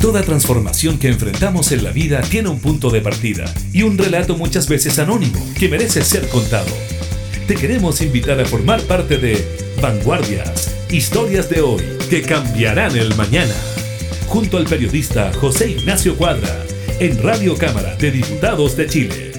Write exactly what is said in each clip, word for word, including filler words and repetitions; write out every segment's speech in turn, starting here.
Toda transformación que enfrentamos en la vida tiene un punto de partida y un relato muchas veces anónimo que merece ser contado. Te queremos invitar a formar parte de Vanguardias, historias de hoy que cambiarán el mañana, junto al periodista José Ignacio Cuadra, en Radio Cámara de Diputados de Chile.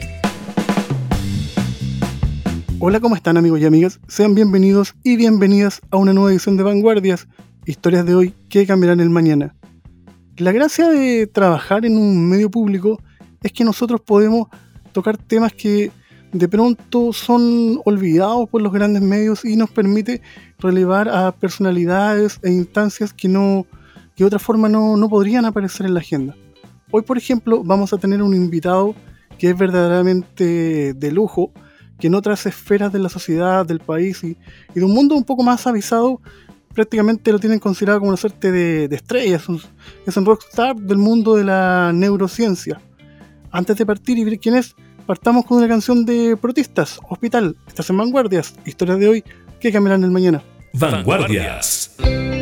Hola, ¿cómo están, amigos y amigas? Sean bienvenidos y bienvenidas a una nueva edición de Vanguardias, historias de hoy que cambiarán el mañana. La gracia de trabajar en un medio público es que nosotros podemos tocar temas que de pronto son olvidados por los grandes medios y nos permite relevar a personalidades e instancias que no que de otra forma no, no podrían aparecer en la agenda. Hoy, por ejemplo, vamos a tener un invitado que es verdaderamente de lujo, que en otras esferas de la sociedad, del país y, y de un mundo un poco más avisado, prácticamente lo tienen considerado como una suerte de, de estrella, es un, es un rockstar del mundo de la neurociencia. Antes de partir y ver quién es, partamos con una canción de Protistas, Hospital. Estás en Vanguardias, historias de hoy que cambiarán el mañana. Vanguardias.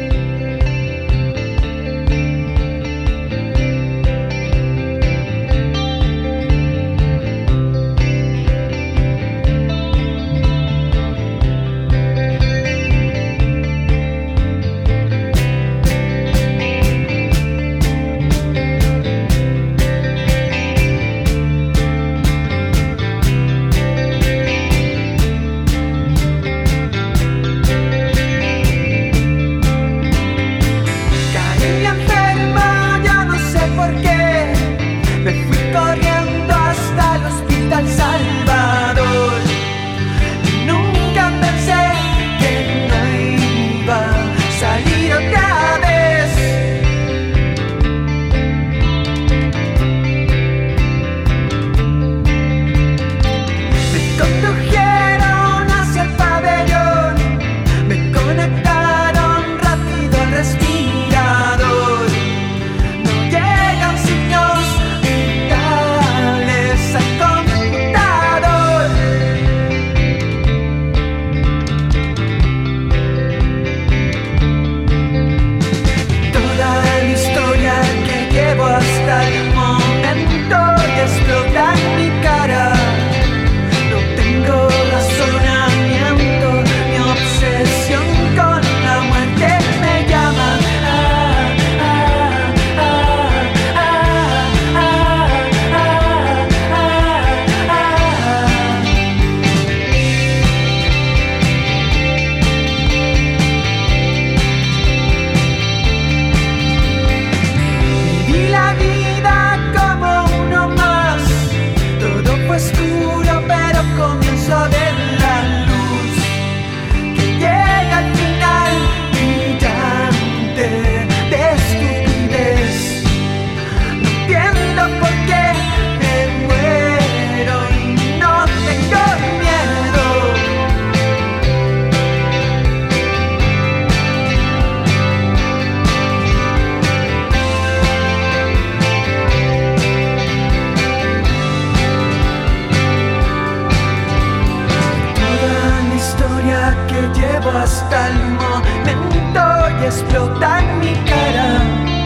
Hasta el momento y explota en mi cara.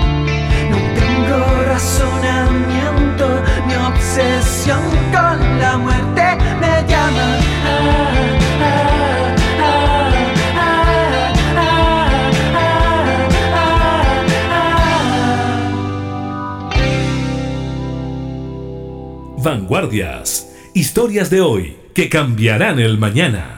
No tengo razonamiento, mi obsesión con la muerte me llama. Ah, ah, ah, ah, ah, ah, ah. Vanguardias, historias de hoy que cambiarán el mañana.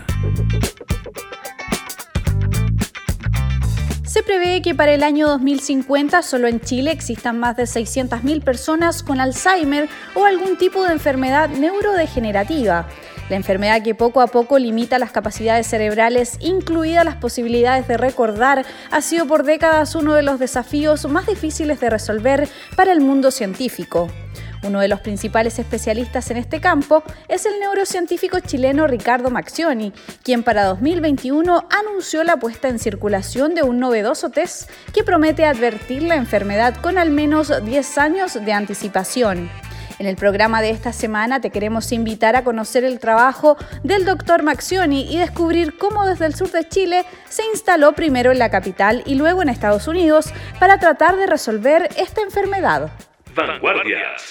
Se prevé que para el año dos mil cincuenta solo en Chile existan más de seiscientas mil personas con Alzheimer o algún tipo de enfermedad neurodegenerativa. La enfermedad que poco a poco limita las capacidades cerebrales, incluidas las posibilidades de recordar, ha sido por décadas uno de los desafíos más difíciles de resolver para el mundo científico. Uno de los principales especialistas en este campo es el neurocientífico chileno Ricardo Maccioni, quien para dos mil veintiuno anunció la puesta en circulación de un novedoso test que promete advertir la enfermedad con al menos diez años de anticipación. En el programa de esta semana te queremos invitar a conocer el trabajo del doctor Maccioni y descubrir cómo desde el sur de Chile se instaló primero en la capital y luego en Estados Unidos para tratar de resolver esta enfermedad. Vanguardias.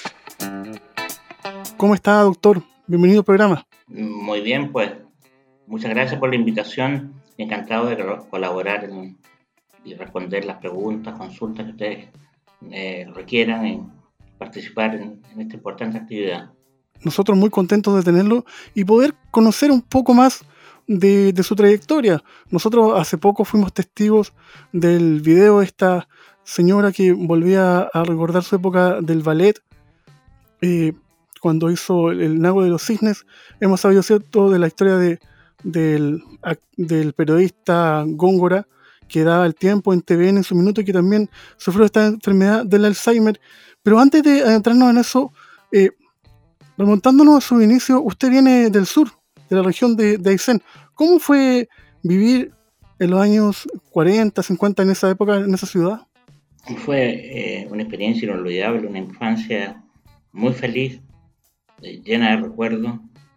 ¿Cómo está, doctor? Bienvenido al programa. Muy bien, pues muchas gracias por la invitación. Encantado de colaborar en, y responder las preguntas, consultas que ustedes eh, requieran y participar en, en esta importante actividad. Nosotros muy contentos de tenerlo y poder conocer un poco más de, de su trayectoria. Nosotros hace poco fuimos testigos del video de esta señora que volvía a recordar su época del ballet, eh, cuando hizo El Nago de los Cisnes. Hemos sabido cierto de la historia de, del, del periodista Góngora, que daba el tiempo en T V N en su minuto y que también sufrió esta enfermedad del Alzheimer. Pero antes de adentrarnos en eso, eh, remontándonos a su inicio, usted viene del sur, de la región de, de Aysén. ¿Cómo fue vivir en los años cuarenta, cincuenta en esa época, en esa ciudad? Fue eh, una experiencia inolvidable, una infancia muy feliz, llena de recuerdos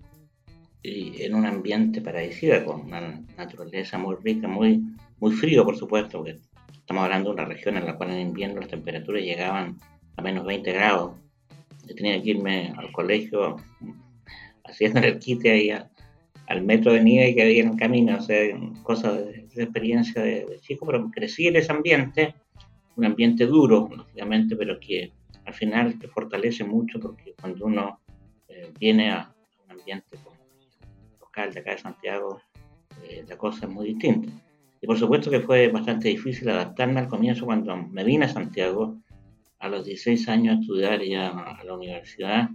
y en un ambiente paradisíaco, con una naturaleza muy rica, muy, muy frío, por supuesto, porque estamos hablando de una región en la cual en invierno las temperaturas llegaban a menos veinte grados. Yo tenía que irme al colegio haciendo el quite ahí a, al metro de nieve que había en el camino, o sea, cosas de, de experiencia de, de chico, pero crecí en ese ambiente, un ambiente duro, lógicamente, pero que al final te fortalece mucho, porque cuando uno eh, viene a un ambiente como el local de acá de Santiago, eh, la cosa es muy distinta. Y por supuesto que fue bastante difícil adaptarme al comienzo cuando me vine a Santiago a los dieciséis años a estudiar ya a la universidad.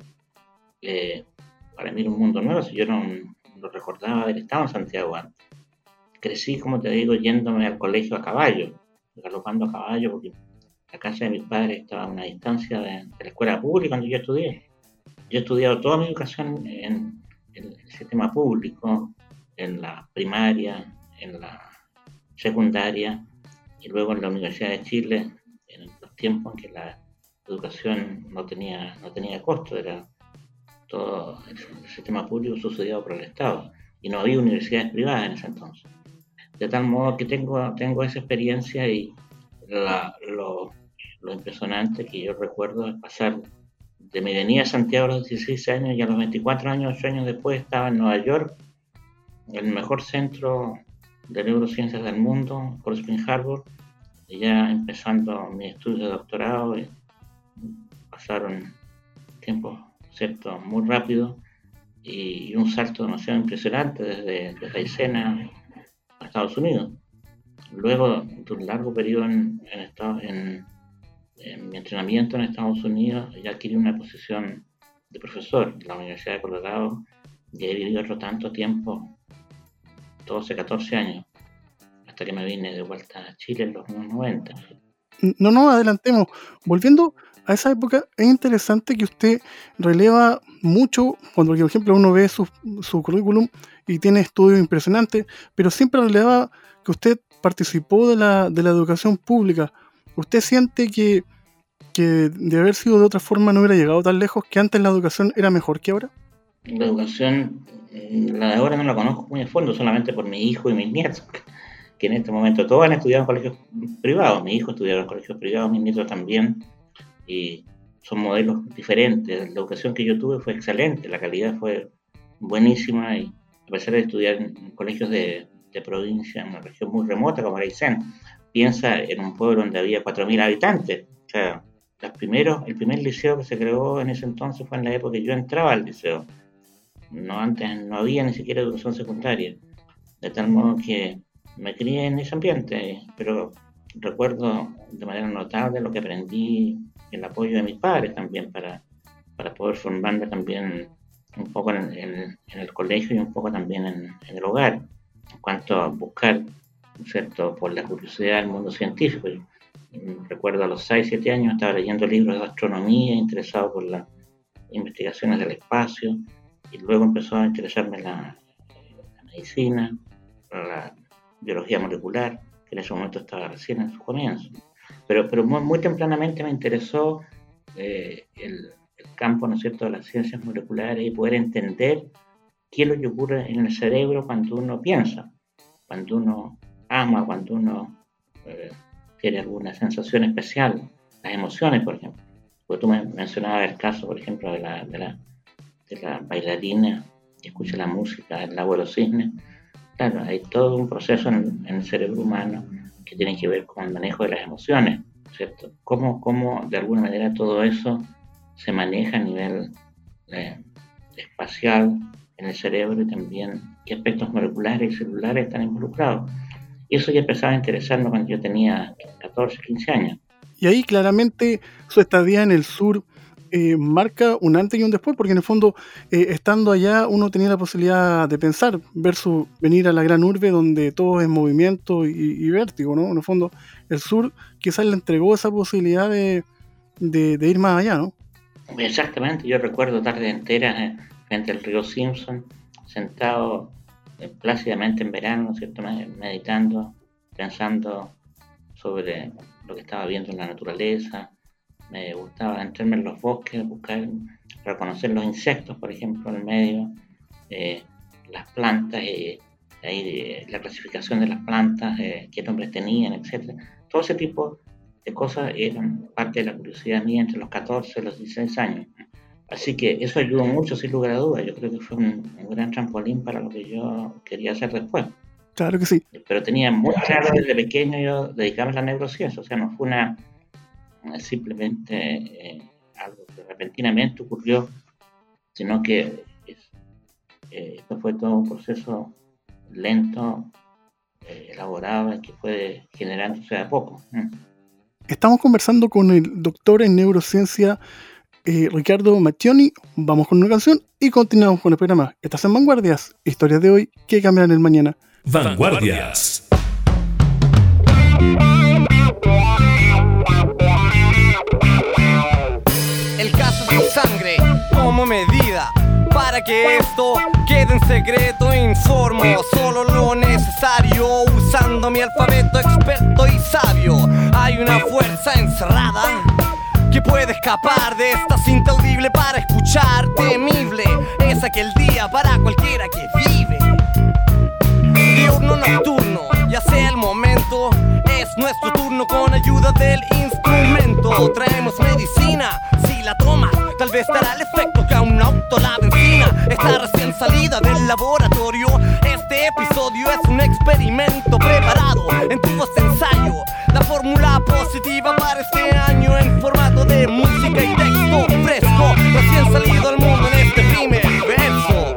Eh, para mí era un mundo nuevo, si yo no lo recordaba haber estado en Santiago antes. Crecí, como te digo, yéndome al colegio a caballo, galopando a caballo, porque la casa de mis padres estaba a una distancia de, de la escuela pública cuando yo estudié. Yo he estudiado toda mi educación en, en el sistema público, en la primaria, en la secundaria y luego en la Universidad de Chile, en los tiempos en que la educación no tenía, no tenía costo, era todo el, el sistema público subsidiado por el Estado y no había universidades privadas en ese entonces. De tal modo que tengo, tengo esa experiencia y la, lo, lo impresionante que yo recuerdo es pasar de mi venida a Santiago a los dieciséis años y a los veinticuatro años, ocho años después estaba en Nueva York, el mejor centro de neurociencias del mundo, por Spring Harbor, y ya empezando mis estudios de doctorado. Y pasaron tiempos, ¿cierto?, muy rápido y, y un salto demasiado impresionante desde, desde Aysén a Estados Unidos. Luego de un largo periodo en, en, Estados, en, en mi entrenamiento en Estados Unidos, ya adquirí una posición de profesor en la Universidad de Colorado y he vivido otro tanto tiempo, doce, catorce años, hasta que me vine de vuelta a Chile en los años noventa. No nos adelantemos. Volviendo a esa época, es interesante que usted releva mucho, cuando por ejemplo uno ve su, su currículum y tiene estudios impresionantes, pero siempre releva que usted participó de la, de la educación pública. ¿Usted siente que, que de haber sido de otra forma no hubiera llegado tan lejos, que antes la educación era mejor que ahora? La educación, la de ahora no la conozco muy a fondo, solamente por mi hijo y mis nietos, que en este momento todos han estudiado en colegios privados. Mi hijo estudiaba en colegios privados, mis nietos también, y son modelos diferentes. La educación que yo tuve fue excelente, la calidad fue buenísima, y a pesar de estudiar en colegios de, de provincia, en una región muy remota como era Aysén, piensa en un pueblo donde había cuatro mil habitantes. O sea, los primeros, el primer liceo que se creó en ese entonces fue en la época que yo entraba al liceo. No, antes no había ni siquiera educación secundaria, de tal modo que me crié en ese ambiente, pero recuerdo de manera notable lo que aprendí, el apoyo de mis padres también para, para poder formarme también un poco en, en, en el colegio y un poco también en, en el hogar, en cuanto a buscar, ¿cierto?, por la curiosidad del mundo científico. Yo, recuerdo a los seis, siete años estaba leyendo libros de astronomía, interesado por las investigaciones del espacio, y luego empezó a interesarme la, la medicina, la biología molecular, que en ese momento estaba recién en su comienzo. Pero, pero muy, muy tempranamente me interesó eh, el, el campo, ¿no es cierto?, de las ciencias moleculares y poder entender qué es lo que ocurre en el cerebro cuando uno piensa, cuando uno ama, cuando uno eh, tiene alguna sensación especial, las emociones, por ejemplo. Porque tú me mencionabas el caso, por ejemplo, de la, de la, de la bailarina que escucha la música, el lago de los cisnes. Claro, hay todo un proceso en, en el cerebro humano que tiene que ver con el manejo de las emociones, ¿cierto? Cómo, cómo de alguna manera todo eso se maneja a nivel eh, espacial en el cerebro y también qué aspectos moleculares y celulares están involucrados. Y eso ya empezaba a interesarme cuando yo tenía catorce, quince años. Y ahí claramente su estadía en el sur eh, marca un antes y un después, porque en el fondo, eh, estando allá, uno tenía la posibilidad de pensar, versus venir a la gran urbe donde todo es movimiento y, y vértigo, ¿no? En el fondo, el sur quizás le entregó esa posibilidad de, de, de ir más allá, ¿no? Exactamente, yo recuerdo tardes enteras eh, frente al río Simpson, sentado eh, plácidamente en verano, ¿no es cierto?, meditando, pensando sobre lo que estaba viendo en la naturaleza. Me gustaba entrarme en los bosques, buscar, reconocer los insectos, por ejemplo, en el medio, eh, las plantas, eh, ahí, eh, la clasificación de las plantas, eh, qué nombres tenían, etcétera. Todo ese tipo de cosas eran parte de la curiosidad mía entre los catorce y los dieciséis años. Así que eso ayudó mucho, sin lugar a dudas. Yo creo que fue un, un gran trampolín para lo que yo quería hacer después. Claro que sí. Pero tenía muy claro desde pequeño yo dedicarme a la neurociencia. O sea, no fue una, una simplemente eh, algo que repentinamente ocurrió, sino que es, eh, esto fue todo un proceso lento, eh, elaborado, y que fue generándose de a poco. Mm. Estamos conversando con el doctor en neurociencia eh, Ricardo Macchioni. Vamos con una canción y continuamos con el programa. Estás en Vanguardias, historias de hoy que cambiarán el mañana. Vanguardias. El caso de sangre como medida. Para que esto quede en secreto, informo solo lo necesario, usando mi alfabeto experto y sabio. Hay una fuerza encerrada que puede escapar de esta cinta audible para escuchar, temible. Es aquel día para cualquiera que vive. Diurno, nocturno, ya sea el momento, es nuestro turno con ayuda del instrumento. Traemos medicina, si la tomas, tal vez dará el efecto que a un auto la benzina. Está recién salida del laboratorio. Este episodio es un experimento preparado en tubos de ensayo. La fórmula positiva para este año en formato de música y texto fresco, recién salido al mundo en este primer verso.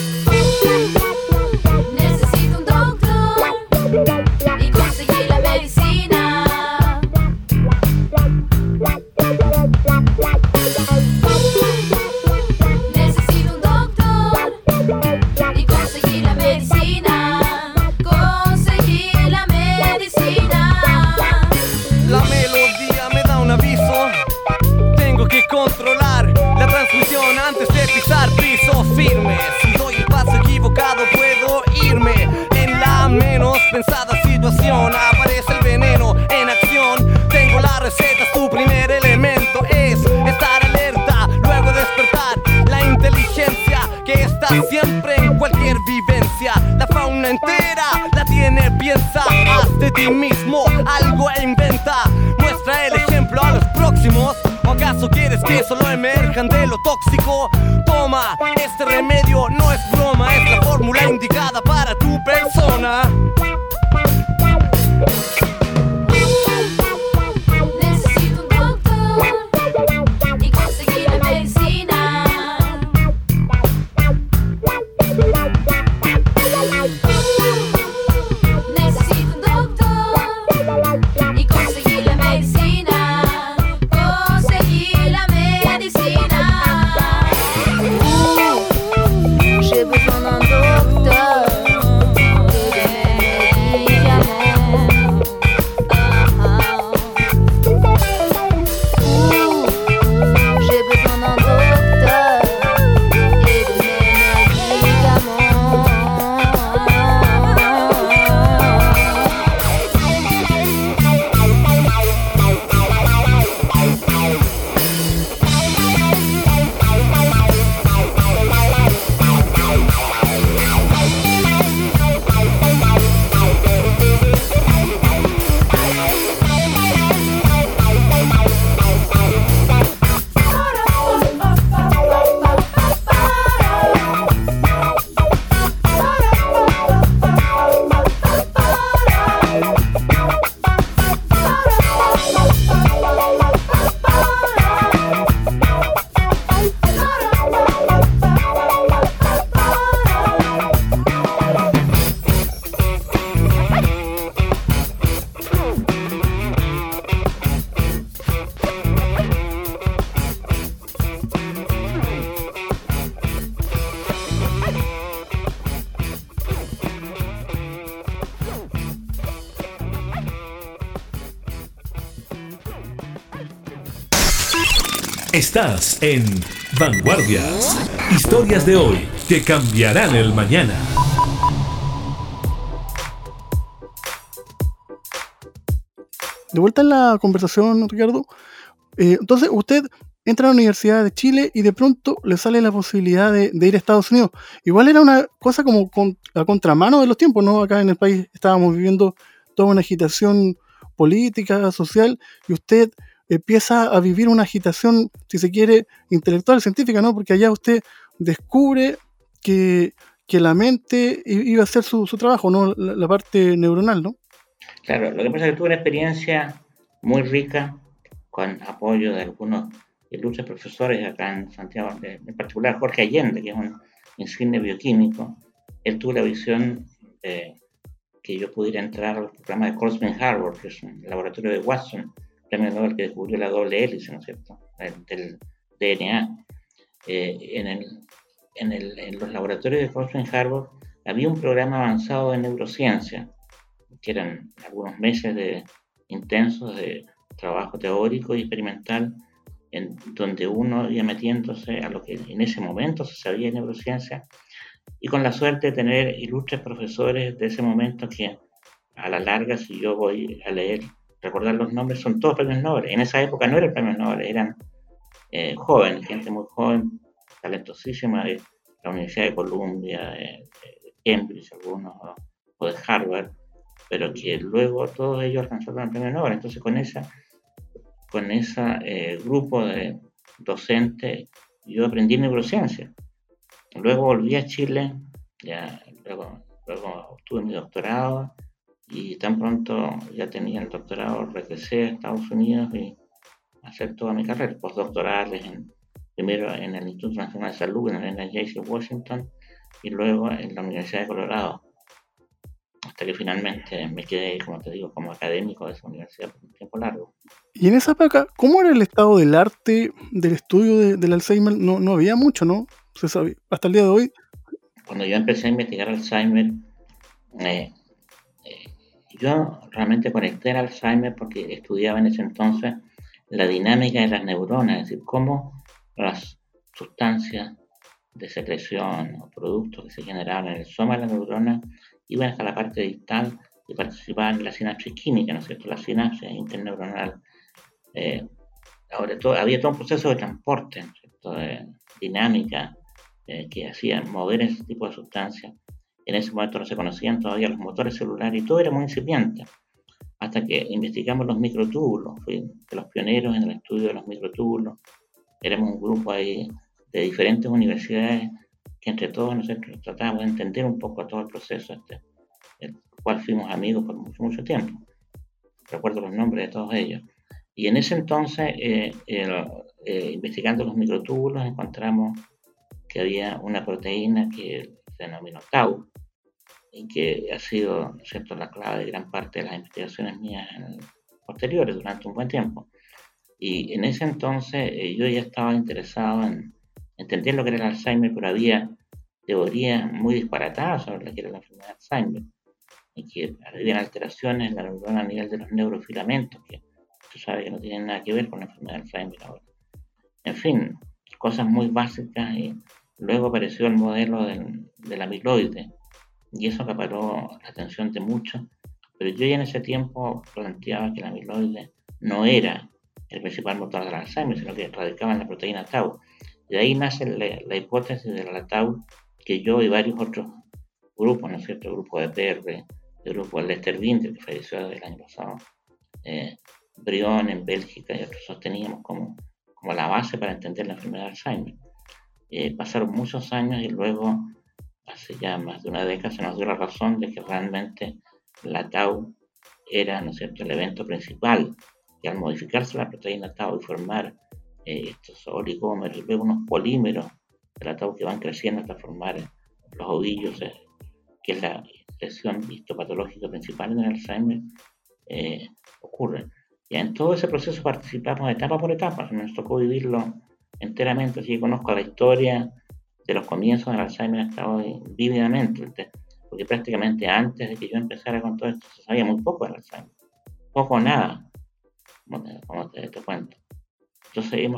Necesito un doctor y conseguir la medicina. Necesito un doctor y conseguir la medicina. Conseguir la medicina. La melodía me da un aviso. Tengo que controlar la transmisión antes de pisar piso firme. Si doy el paso equivocado puedo irme. En la menos pensada situación aparece el veneno en acción. Tengo la receta, tu primer elemento es estar alerta, luego despertar la inteligencia que está siempre en cualquier vivencia. La fauna entera la tiene, piensa, haz de ti mismo algo e inventa. Muestra el ejemplo a los próximos. ¿O acaso quieres que solo emerjan de lo tóxico? Toma, este remedio no es broma, es la fórmula indicada para tu persona. Necesito un doctor y conseguir la medicina. Necesito un doctor y conseguir la medicina. Conseguir la medicina. J'ai besoin d'un docteur et de médicaments. Estás en Vanguardias. Historias de hoy que cambiarán el mañana. De vuelta en la conversación, Ricardo. Eh, entonces, usted entra a la Universidad de Chile y de pronto le sale la posibilidad de, de ir a Estados Unidos. Igual era una cosa como con, a contramano de los tiempos, ¿no? Acá en el país estábamos viviendo toda una agitación política, social, y usted empieza a vivir una agitación, si se quiere, intelectual, científica, ¿no? Porque allá usted descubre que, que la mente i- iba a hacer su, su trabajo, ¿no? La, la parte neuronal, ¿no? Claro, lo que pasa es que tuve una experiencia muy rica con apoyo de algunos ilustres profesores acá en Santiago, de- en particular Jorge Allende, que es un insigne bioquímico. Él tuvo la visión de que yo pudiera entrar al programa de Corsman Harbor, que es un laboratorio de Watson, premio Nobel que descubrió la doble hélice, ¿no es cierto?, del, del D N A. Eh, en, el, en, el, en los laboratorios de Corsman Harbor había un programa avanzado de neurociencia, que eran algunos meses de intensos de trabajo teórico y experimental, en donde uno iba metiéndose a lo que en ese momento se sabía de neurociencia, y con la suerte de tener ilustres profesores de ese momento que a la larga, si yo voy a leer, recordar los nombres, son todos premios Nobel. En esa época no eran premios Nobel, eran eh, jóvenes, gente muy joven, talentosísima, de la Universidad de Columbia, de, de Cambridge, algunos, o, o de Harvard, pero que luego todos ellos alcanzaron el premio Nobel. Entonces, con esa con ese eh, grupo de docentes, yo aprendí neurociencia. Luego volví a Chile, ya, luego, luego obtuve mi doctorado y tan pronto ya tenía el doctorado, regresé a Estados Unidos y a hacer toda mi carrera, postdoctorales, en, primero en el Instituto Nacional de Salud, en el N I H de Washington, y luego en la Universidad de Colorado, hasta que finalmente me quedé, como te digo, como académico de esa universidad por un tiempo largo. Y en esa época, ¿cómo era el estado del arte, del estudio de- del Alzheimer? No, no había mucho, ¿no? Se sabía. Hasta el día de hoy. Cuando yo empecé a investigar Alzheimer, eh, eh, yo realmente conecté al Alzheimer porque estudiaba en ese entonces la dinámica de las neuronas, es decir, cómo las sustancias de secreción o productos que se generaban en el soma de la neurona iban hasta la parte distal y participaban en la sinapsis química, ¿no es cierto?, la sinapsis interneuronal. Eh, ahora todo, había todo un proceso de transporte, ¿no es cierto?, de dinámica, eh, que hacía mover ese tipo de sustancias. En ese momento no se conocían todavía los motores celulares y todo era muy incipiente. Hasta que investigamos los microtúbulos, fui de los pioneros en el estudio de los microtúbulos. Éramos un grupo ahí de diferentes universidades que entre todos nosotros tratábamos de entender un poco todo el proceso, este, el cual fuimos amigos por mucho, mucho tiempo. Recuerdo los nombres de todos ellos. Y en ese entonces, eh, eh, eh, investigando los microtúbulos, encontramos que había una proteína que se denominó tau, y que ha sido, ¿cierto?, la clave de gran parte de las investigaciones mías en, posteriores durante un buen tiempo. Y en ese entonces eh, yo ya estaba interesado en entender lo que era el Alzheimer, pero había teorías muy disparatadas sobre lo que era la enfermedad de Alzheimer, y que había alteraciones en la neurona a nivel de los neurofilamentos, que se sabe que no tienen nada que ver con la enfermedad de Alzheimer ahora. En fin, cosas muy básicas, y luego apareció el modelo del, del amiloide, y eso acaparó la atención de muchos, pero yo ya en ese tiempo planteaba que el amiloide no era el principal motor del Alzheimer, sino que radicaba en la proteína tau. De ahí nace la, la hipótesis de la tau, que yo y varios otros grupos, ¿no es cierto?, el grupo de P R, el grupo de Lester Winter, que falleció el año pasado, eh, Brion en Bélgica y otros, sosteníamos como, como la base para entender la enfermedad de Alzheimer. Eh, pasaron muchos años y luego, hace ya más de una década, se nos dio la razón de que realmente la tau era, ¿no es cierto?, el evento principal, y al modificarse la proteína tau y formar eh, estos oligómeros y luego unos polímeros de la tau que van creciendo hasta formar eh, los ovillos, eh, que es la lesión histopatológica principal en el Alzheimer, eh, ocurre. Y en todo ese proceso participamos etapa por etapa, nos tocó vivirlo enteramente, así que conozco la historia de los comienzos del Alzheimer hasta hoy vívidamente, porque prácticamente antes de que yo empezara con todo esto se sabía muy poco del Alzheimer, poco o nada, como te, como te, te cuento. Entonces hemos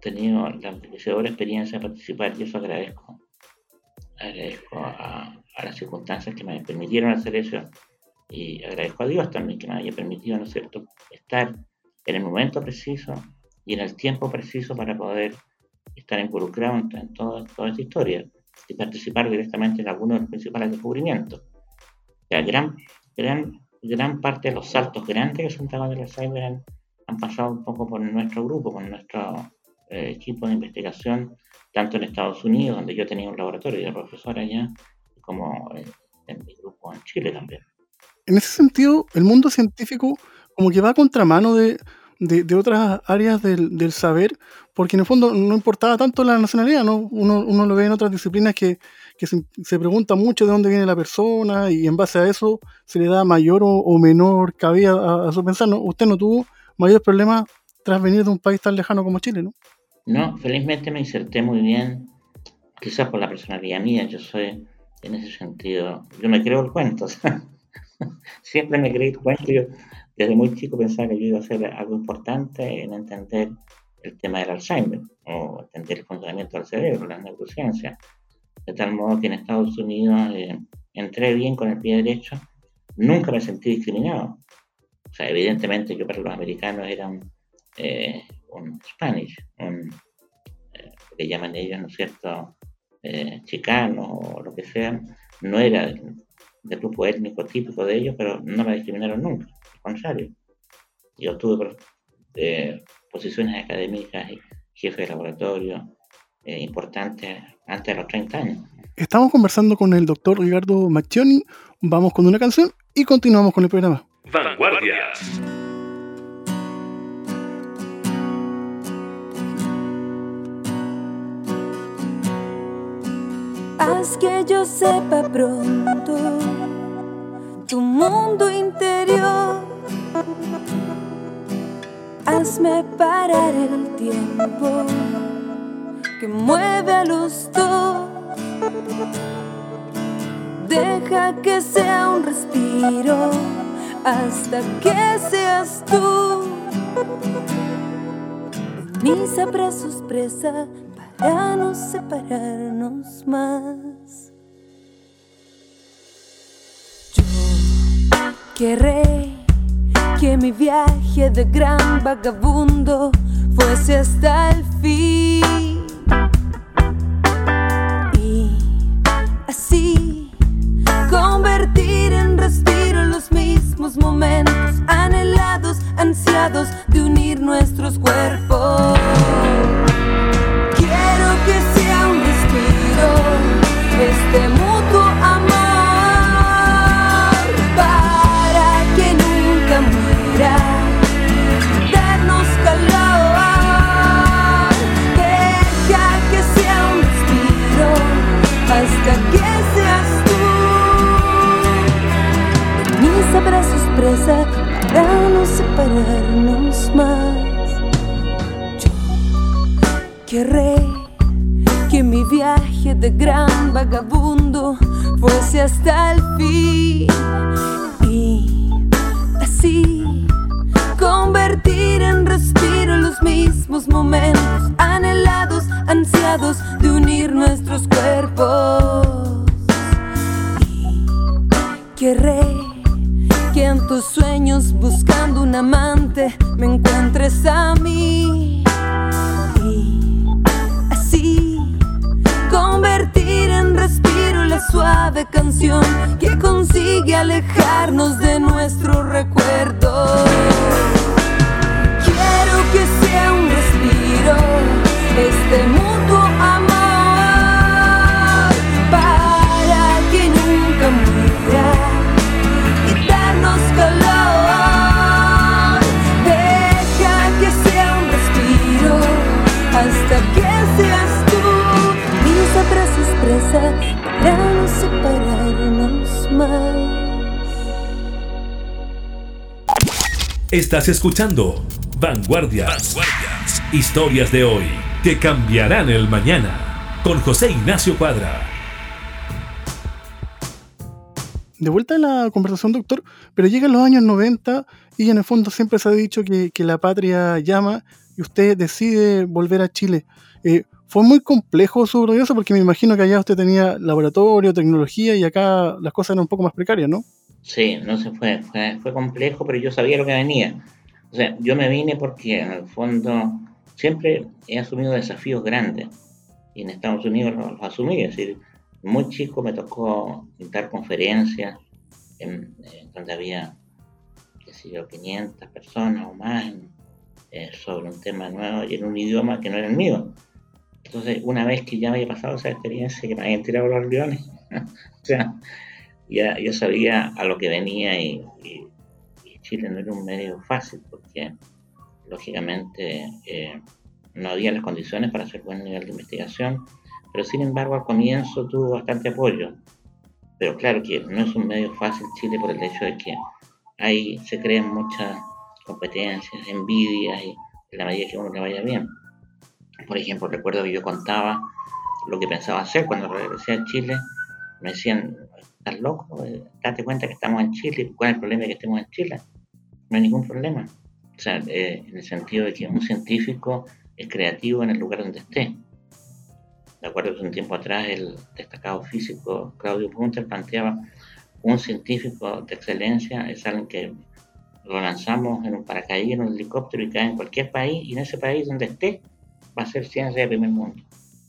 tenido la enriquecedora experiencia de participar y eso agradezco. Agradezco a, a las circunstancias que me permitieron hacer eso y agradezco a Dios también que me haya permitido, ¿no es cierto?, estar en el momento preciso y en el tiempo preciso para poder estar involucrado en, en todo, toda esta historia y participar directamente en algunos de los principales descubrimientos. O sea, gran, gran, gran parte de los saltos grandes que son trabajos del Alzheimer han, han pasado un poco por nuestro grupo, por nuestro eh, equipo de investigación, tanto en Estados Unidos, donde yo tenía un laboratorio de profesor allá, como eh, en mi grupo en Chile también. En ese sentido, el mundo científico como que va a contramano de, de, de otras áreas del, del saber, porque en el fondo no importaba tanto la nacionalidad, ¿no? Uno, uno lo ve en otras disciplinas que, que se, se pregunta mucho de dónde viene la persona y en base a eso se le da mayor o, o menor cabida a, a su pensar, ¿no? Usted no tuvo mayores problemas tras venir de un país tan lejano como Chile, ¿no? No, felizmente me inserté muy bien, quizás por la personalidad mía, yo soy, en ese sentido, yo me creo el cuento, o sea, siempre me creí el cuento, yo desde muy chico pensaba que yo iba a hacer algo importante en entender el tema del Alzheimer, o entender el funcionamiento del cerebro, la neurociencia, de tal modo que en Estados Unidos eh, entré bien con el pie derecho, nunca me sentí discriminado, o sea, evidentemente yo para los americanos era un, eh, un Spanish, un, eh, lo que llaman ellos, ¿no es cierto?, eh, chicano o lo que sea, no era del grupo étnico típico de ellos, pero no me discriminaron nunca, al contrario. Yo tuve eh, posiciones académicas y jefe de laboratorio eh, importantes antes de los treinta años. Estamos conversando con el doctor Ricardo Macchioni, vamos con una canción y continuamos con el programa. Vanguardias. Haz que yo sepa pronto tu mundo interior. Hazme parar el tiempo que mueve a los dos. Deja que sea un respiro hasta que seas tú. En mis abrazos presa para no separarnos más. Yo querré que mi viaje de gran vagabundo fuese hasta el fin, y así convertir en respiro los mismos momentos anhelados, ansiados de unir nuestros cuerpos. Quiero que sea un respiro, este mutuo amor, para que nunca muera, darnos calor. Deja que sea un respiro, hasta que seas tú. En mis abrazos presa, para no separarnos más. Querré que mi viaje de gran vagabundo fuese hasta el fin, y así convertir en respiro los mismos momentos anhelados, ansiados de unir nuestros cuerpos. Y querré que en tus sueños buscando un amante me encuentres a mí, convertir en respiro la suave canción que consigue alejarnos de nuestros recuerdos. Quiero que sea un respiro, este mutuo amor, para que nunca muera y darnos calor. Deja que sea un respiro, hasta que seas tú. Mis abrazos presa para no separarnos más. Estás escuchando Vanguardias. Vanguardias. Historias de hoy que cambiarán el mañana. Con José Ignacio Cuadra. De vuelta en la conversación, doctor, pero llegan los años noventa y en el fondo siempre se ha dicho que, que la patria llama y usted decide volver a Chile. Eh, ¿Fue muy complejo su proceso? Porque me imagino que allá usted tenía laboratorio, tecnología, y acá las cosas eran un poco más precarias, ¿no? Sí, no se fue, fue, fue complejo, pero yo sabía lo que venía. O sea, yo me vine porque en el fondo siempre he asumido desafíos grandes y en Estados Unidos los, los asumí. Es decir, muy chico me tocó dar conferencias en, en donde había, qué sé yo, quinientas personas o más en, eh, sobre un tema nuevo y en un idioma que no era el mío. Entonces, una vez que ya me había pasado esa experiencia, que me habían tirado los leones, o sea, ya yo sabía a lo que venía y, y, y Chile no era un medio fácil porque lógicamente eh, no había las condiciones para hacer buen nivel de investigación, pero sin embargo al comienzo tuvo bastante apoyo. Pero claro que no es un medio fácil Chile por el hecho de que ahí se crean muchas competencias, envidias y en la medida que uno le vaya bien. Por ejemplo, recuerdo que yo contaba lo que pensaba hacer cuando regresé a Chile. Me decían, ¿estás loco? Date cuenta que estamos en Chile. ¿Cuál es el problema de que estemos en Chile? No hay ningún problema. O sea, eh, en el sentido de que un científico es creativo en el lugar donde esté. De acuerdo que un tiempo atrás el destacado físico Claudio Punter planteaba un científico de excelencia es alguien que lo lanzamos en un paracaídas, en un helicóptero y cae en cualquier país, y en ese país donde esté va a ser ciencia de primer mundo.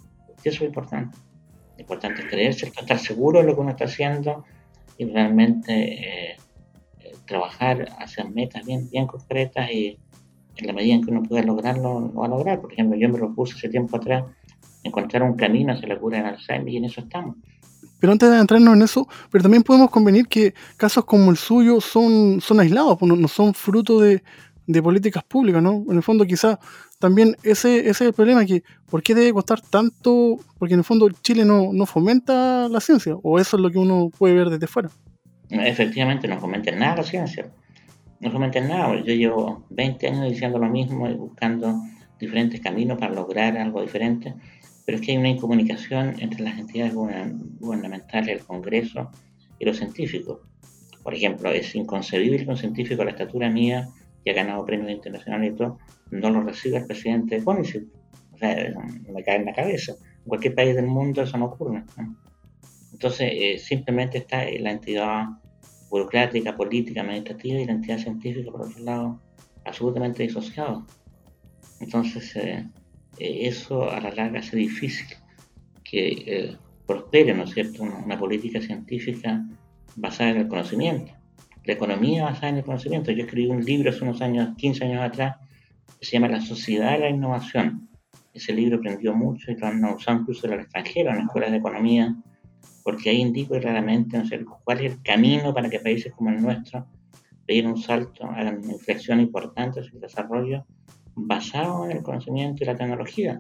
Y eso es importante. Lo importante es creerse, estar seguro de lo que uno está haciendo y realmente eh, eh, trabajar hacia metas bien, bien concretas, y en la medida en que uno pueda lograrlo, lo va a lograr. Por ejemplo, yo me propuse hace tiempo atrás encontrar un camino hacia la cura del Alzheimer y en eso estamos. Pero antes de adentrarnos en eso, pero también podemos convenir que casos como el suyo son, son aislados, no, no son fruto de, de políticas públicas, ¿no? En el fondo quizás también ese, ese es el problema, que ¿por qué debe costar tanto? Porque en el fondo Chile no, no fomenta la ciencia, o eso es lo que uno puede ver desde fuera. Efectivamente, no fomenta nada la ciencia, no fomenta nada. Yo llevo veinte años diciendo lo mismo y buscando diferentes caminos para lograr algo diferente, pero es que hay una incomunicación entre las entidades gubernamentales, el Congreso y los científicos. Por ejemplo, es inconcebible que un científico de la estatura mía, que ha ganado premios internacionales y todo, no lo reciba el presidente de CONICET. O sea, me cae en la cabeza. En cualquier país del mundo eso no ocurre, ¿no? Entonces, eh, simplemente está la entidad burocrática, política, administrativa y la entidad científica, por otro lado, absolutamente disociados. Entonces, eh, eh, eso a la larga hace difícil que eh, prospere, ¿no es cierto?, una, una política científica basada en el conocimiento. La economía basada en el conocimiento. Yo escribí un libro hace unos años, quince años atrás, que se llama La Sociedad de la Innovación. Ese libro aprendió mucho y lo han usado incluso en el extranjero, en escuelas de economía, porque ahí indico claramente, ¿no sé, cuál es el camino para que países como el nuestro den un salto, hagan una inflexión importante en el desarrollo basado en el conocimiento y la tecnología.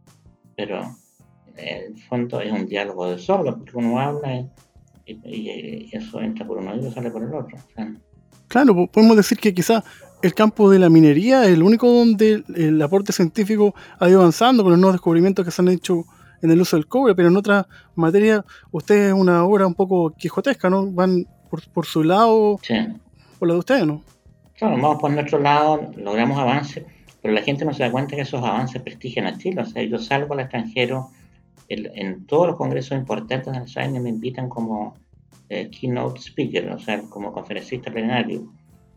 Pero en el fondo es un diálogo de sordos, porque uno habla y, y, y eso entra por un oído y sale por el otro. O sea, claro, podemos decir que quizás el campo de la minería es el único donde el aporte científico ha ido avanzando con los nuevos descubrimientos que se han hecho en el uso del cobre, pero en otras materias usted es una obra un poco quijotesca, ¿no? Van por, por su lado, sí, por la de ustedes, ¿no? Claro, vamos por nuestro lado, logramos avances, pero la gente no se da cuenta que esos avances prestigian a Chile. O sea, yo salgo al extranjero, el, en todos los congresos importantes de Alzheimer me invitan como eh, keynote speaker, o sea, como conferencista plenario.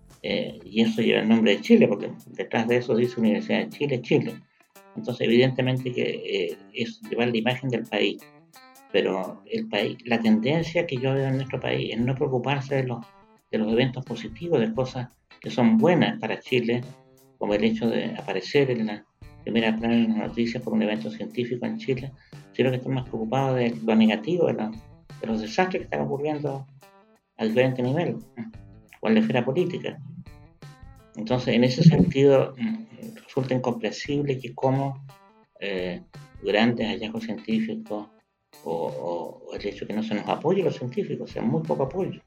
Eh, y eso lleva el nombre de Chile, porque detrás de eso dice Universidad de Chile, Chile. Entonces, evidentemente que eh, es llevar la imagen del país, pero el país, la tendencia que yo veo en nuestro país es no preocuparse de los, de los eventos positivos, de cosas que son buenas para Chile, como el hecho de aparecer en la primera plana de las noticias por un evento científico en Chile, sino que están más preocupados de lo negativo, de, la, de los desastres que están ocurriendo a diferentes niveles, o en la esfera política. Entonces, en ese sentido, resulta incomprensible que como eh, grandes hallazgos científicos o, o, o el hecho de que no se nos apoye a los científicos, o sea, muy poco apoyo.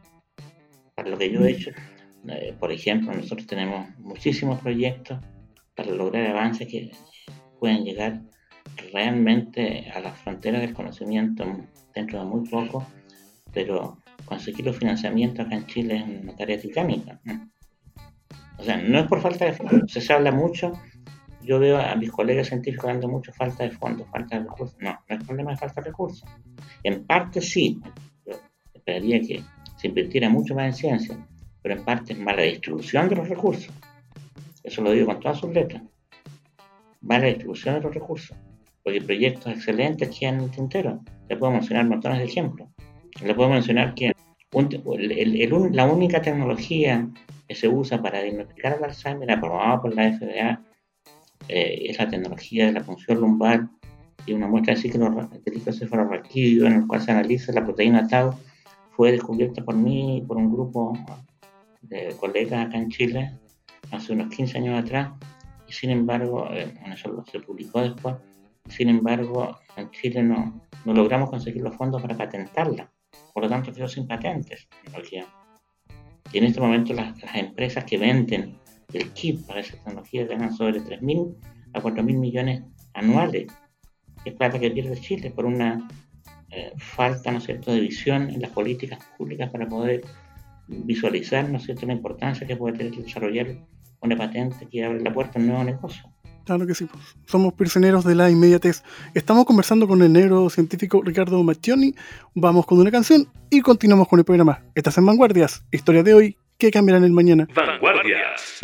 Para lo que yo he hecho, eh, por ejemplo, nosotros tenemos muchísimos proyectos para lograr avances que pueden llegar realmente a las fronteras del conocimiento dentro de muy poco, pero conseguir los financiamientos acá en Chile es una tarea titánica, ¿no? O sea, no es por falta de fondos, se habla mucho yo veo a mis colegas científicos dando mucho falta de fondos, falta de recursos. No, no es problema de falta de recursos. En parte sí, yo esperaría que se invirtiera mucho más en ciencia, pero en parte es mala distribución de los recursos. Eso lo digo con todas sus letras. Mala distribución de los recursos. Porque proyectos excelentes quedan en el tintero. Le puedo mencionar montones de ejemplos. Le puedo mencionar que un, el, el, el, la única tecnología que se usa para diagnosticar el Alzheimer, aprobada por la F D A, eh, es la tecnología de la punción lumbar y una muestra de ciclocefalorraquídeo en el cual se analiza la proteína tau. Fue descubierta por mí, por un grupo de colegas acá en Chile, hace unos quince años atrás, y sin embargo, eh, eso se publicó después, sin embargo, en Chile no, no logramos conseguir los fondos para patentarla, por lo tanto quedó sin patentes. Y en este momento las, las empresas que venden el kit para esa tecnología ganan sobre tres mil a cuatro mil millones anuales, que es plata que pierde Chile por una eh, falta, ¿no es cierto?, de visión en las políticas públicas para poder visualizar, ¿no es cierto?, la importancia que puede tener desarrollar una patente que abre la puerta a un nuevo negocio. Claro que sí, pues. Somos prisioneros de la inmediatez. Estamos conversando con el neurocientífico Ricardo Macchioni. Vamos con una canción y continuamos con el programa. Estás en Vanguardias, historia de hoy que cambiarán el mañana. Vanguardias.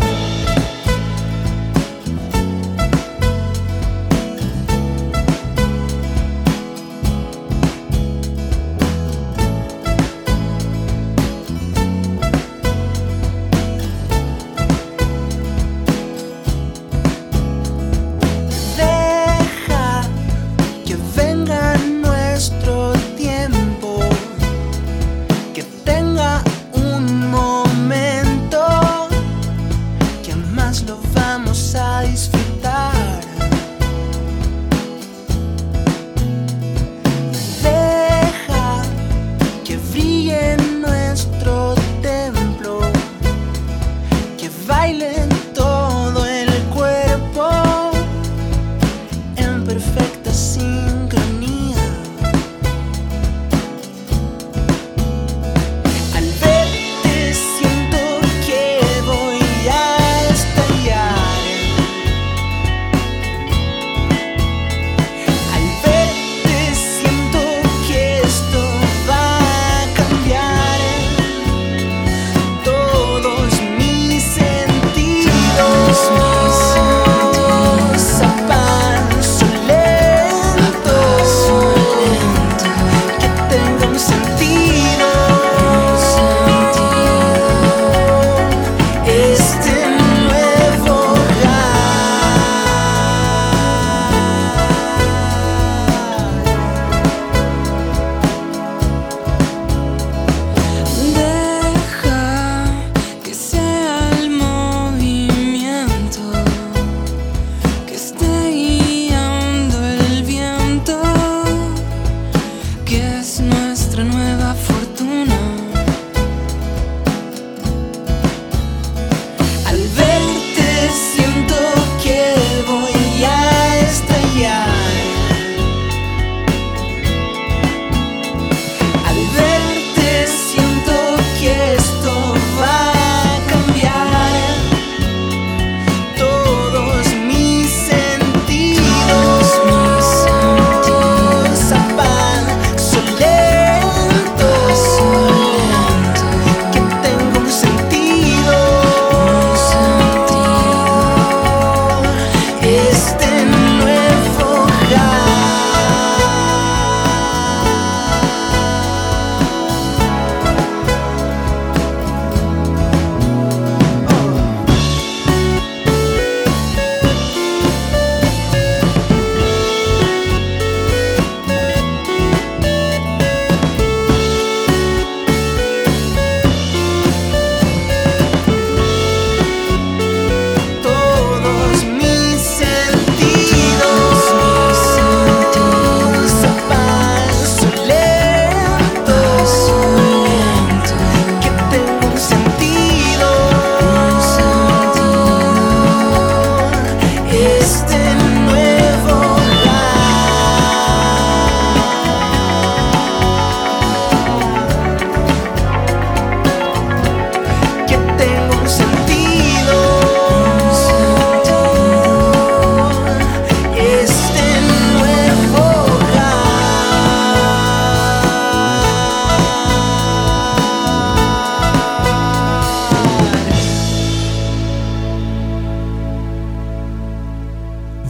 Tenga un momento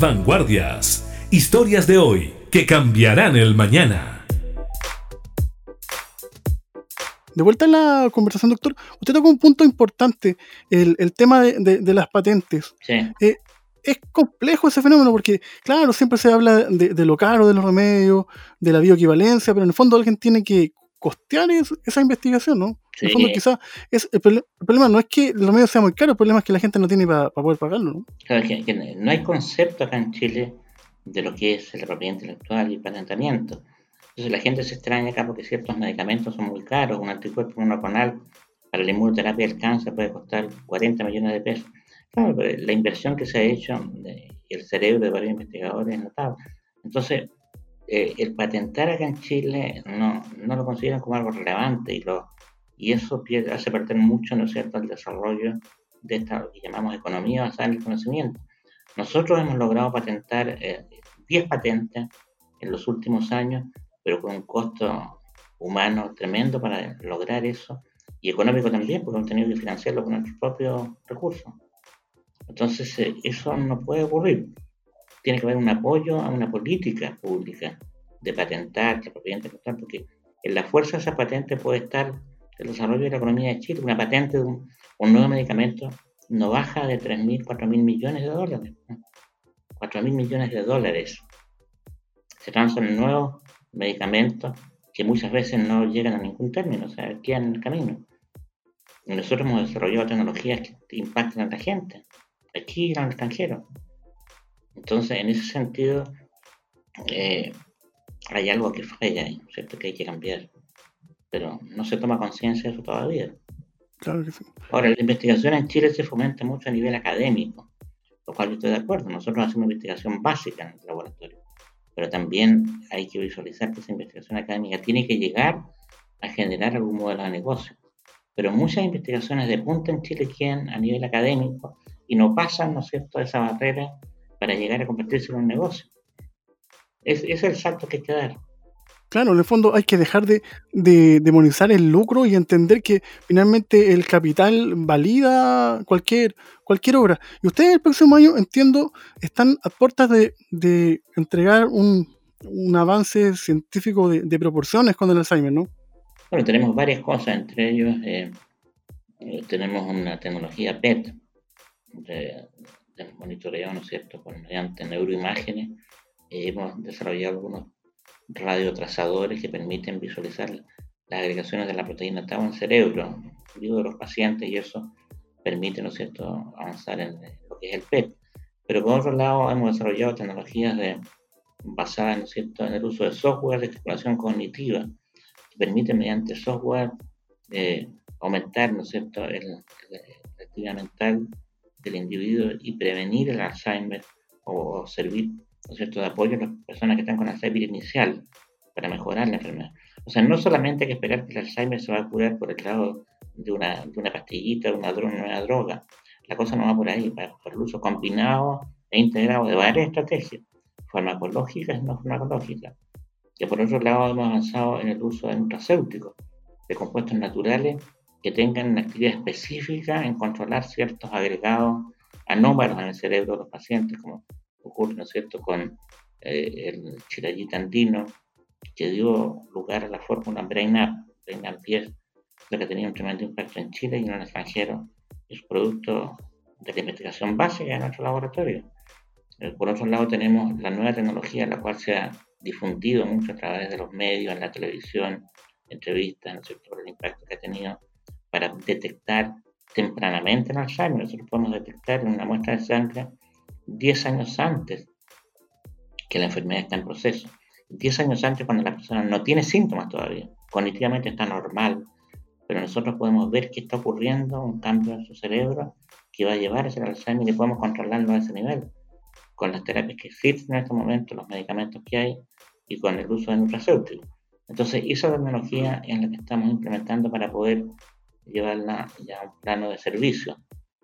Vanguardias. Historias de hoy que cambiarán el mañana. De vuelta en la conversación, doctor, usted tocó un punto importante, el, el tema de, de, de las patentes. Sí. Eh, es complejo ese fenómeno porque, claro, siempre se habla de, de lo caro de los remedios, de la bioequivalencia, pero en el fondo alguien tiene que costear es, esa investigación, ¿no? Sí. En el fondo quizás es, el, el problema no es que el remedio sea muy caro, el problema es que la gente no tiene para pa poder pagarlo, ¿no? Claro, que, que no hay concepto acá en Chile de lo que es la propiedad intelectual y el patentamiento. Entonces la gente se extraña acá porque ciertos medicamentos son muy caros. Un anticuerpo monoclonal para la inmunoterapia del cáncer puede costar cuarenta millones de pesos. Claro, pero la inversión que se ha hecho de, y el cerebro de varios investigadores es notable. Entonces, eh, el patentar acá en Chile no, no lo consideran como algo relevante y, lo, y eso pierde, hace perder mucho, ¿no es cierto?, el desarrollo de esta lo que llamamos economía basada en el conocimiento. Nosotros hemos logrado patentar eh, diez patentes en los últimos años, pero con un costo humano tremendo para lograr eso, y económico también, porque hemos tenido que financiarlo con nuestros propios recursos. Entonces, eh, eso no puede ocurrir. Tiene que haber un apoyo a una política pública de patentar la propiedad intelectual, porque en la fuerza de esa patente puede estar el desarrollo de la economía de Chile. Una patente de un, un nuevo medicamento no baja de tres mil, cuatro mil millones de dólares. cuatro mil millones de dólares. Se transan en nuevos medicamentos que muchas veces no llegan a ningún término, o sea, quedan en el camino. Y nosotros hemos desarrollado tecnologías que impactan a la gente, aquí y en el extranjero. Entonces, en ese sentido, eh, hay algo que falla ahí, ¿cierto?, que hay que cambiar. Pero no se toma conciencia de eso todavía. Claro que sí. Ahora, la investigación en Chile se fomenta mucho a nivel académico, lo cual yo estoy de acuerdo. Nosotros hacemos investigación básica en el laboratorio, pero también hay que visualizar que esa investigación académica tiene que llegar a generar algún modelo de negocio. Pero muchas investigaciones de punta en Chile quedan a nivel académico y no pasan, ¿no es cierto?, esa barrera para llegar a convertirse en un negocio. Es, ese es el salto que hay que dar. Claro, en el fondo hay que dejar de, de demonizar el lucro y entender que finalmente el capital valida cualquier, cualquier obra. Y ustedes el próximo año, entiendo, están a puertas de, de entregar un, un avance científico de, de proporciones con el Alzheimer, ¿no? Bueno, tenemos varias cosas, entre ellos eh, eh, tenemos una tecnología P E T, de, de monitoreo, ¿no es cierto?, con, mediante neuroimágenes. Eh, hemos desarrollado algunos radiotrazadores que permiten visualizar las agregaciones de la proteína tau en el cerebro vivo de los pacientes, y eso permite, ¿no es cierto?, avanzar en lo que es el P E T. Pero por otro lado hemos desarrollado tecnologías de, basadas, ¿no es cierto?, en el uso de software de estimulación cognitiva que permite mediante software eh, aumentar, ¿no es cierto?, el, el, la actividad mental del individuo y prevenir el Alzheimer o, o servir, ¿no es cierto?, de apoyo a las personas que están con Alzheimer inicial para mejorar la enfermedad. O sea, no solamente hay que esperar que el Alzheimer se va a curar por el lado de una, de una pastillita, de una, droga, una droga. La cosa no va por ahí, va por el uso combinado e integrado de varias estrategias, farmacológicas y no farmacológicas. Y por otro lado hemos avanzado en el uso de nutracéuticos, de compuestos naturales que tengan una actividad específica en controlar ciertos agregados anómalos en el cerebro de los pacientes, como ocurre, ¿no es cierto?, con eh, el chirayita andino, que dio lugar a la fórmula BrainUp. BrainUp diez, lo que tenía un tremendo impacto en Chile y en el extranjero. Es producto de la investigación básica de nuestro laboratorio. Eh, por otro lado tenemos la nueva tecnología, la cual se ha difundido mucho a través de los medios, en la televisión, entrevistas, ¿no es cierto?, por el impacto que ha tenido para detectar tempranamente el Alzheimer. Nosotros podemos detectar en una muestra de sangre diez años antes que la enfermedad está en proceso. diez años antes, cuando la persona no tiene síntomas todavía, cognitivamente está normal, pero nosotros podemos ver que está ocurriendo un cambio en su cerebro que va a llevar a ese Alzheimer y podemos controlarlo a ese nivel, con las terapias que existen en este momento, los medicamentos que hay y con el uso de nutracéuticos. Entonces, esa tecnología es la que estamos implementando para poder llevarla ya a un plano de servicio.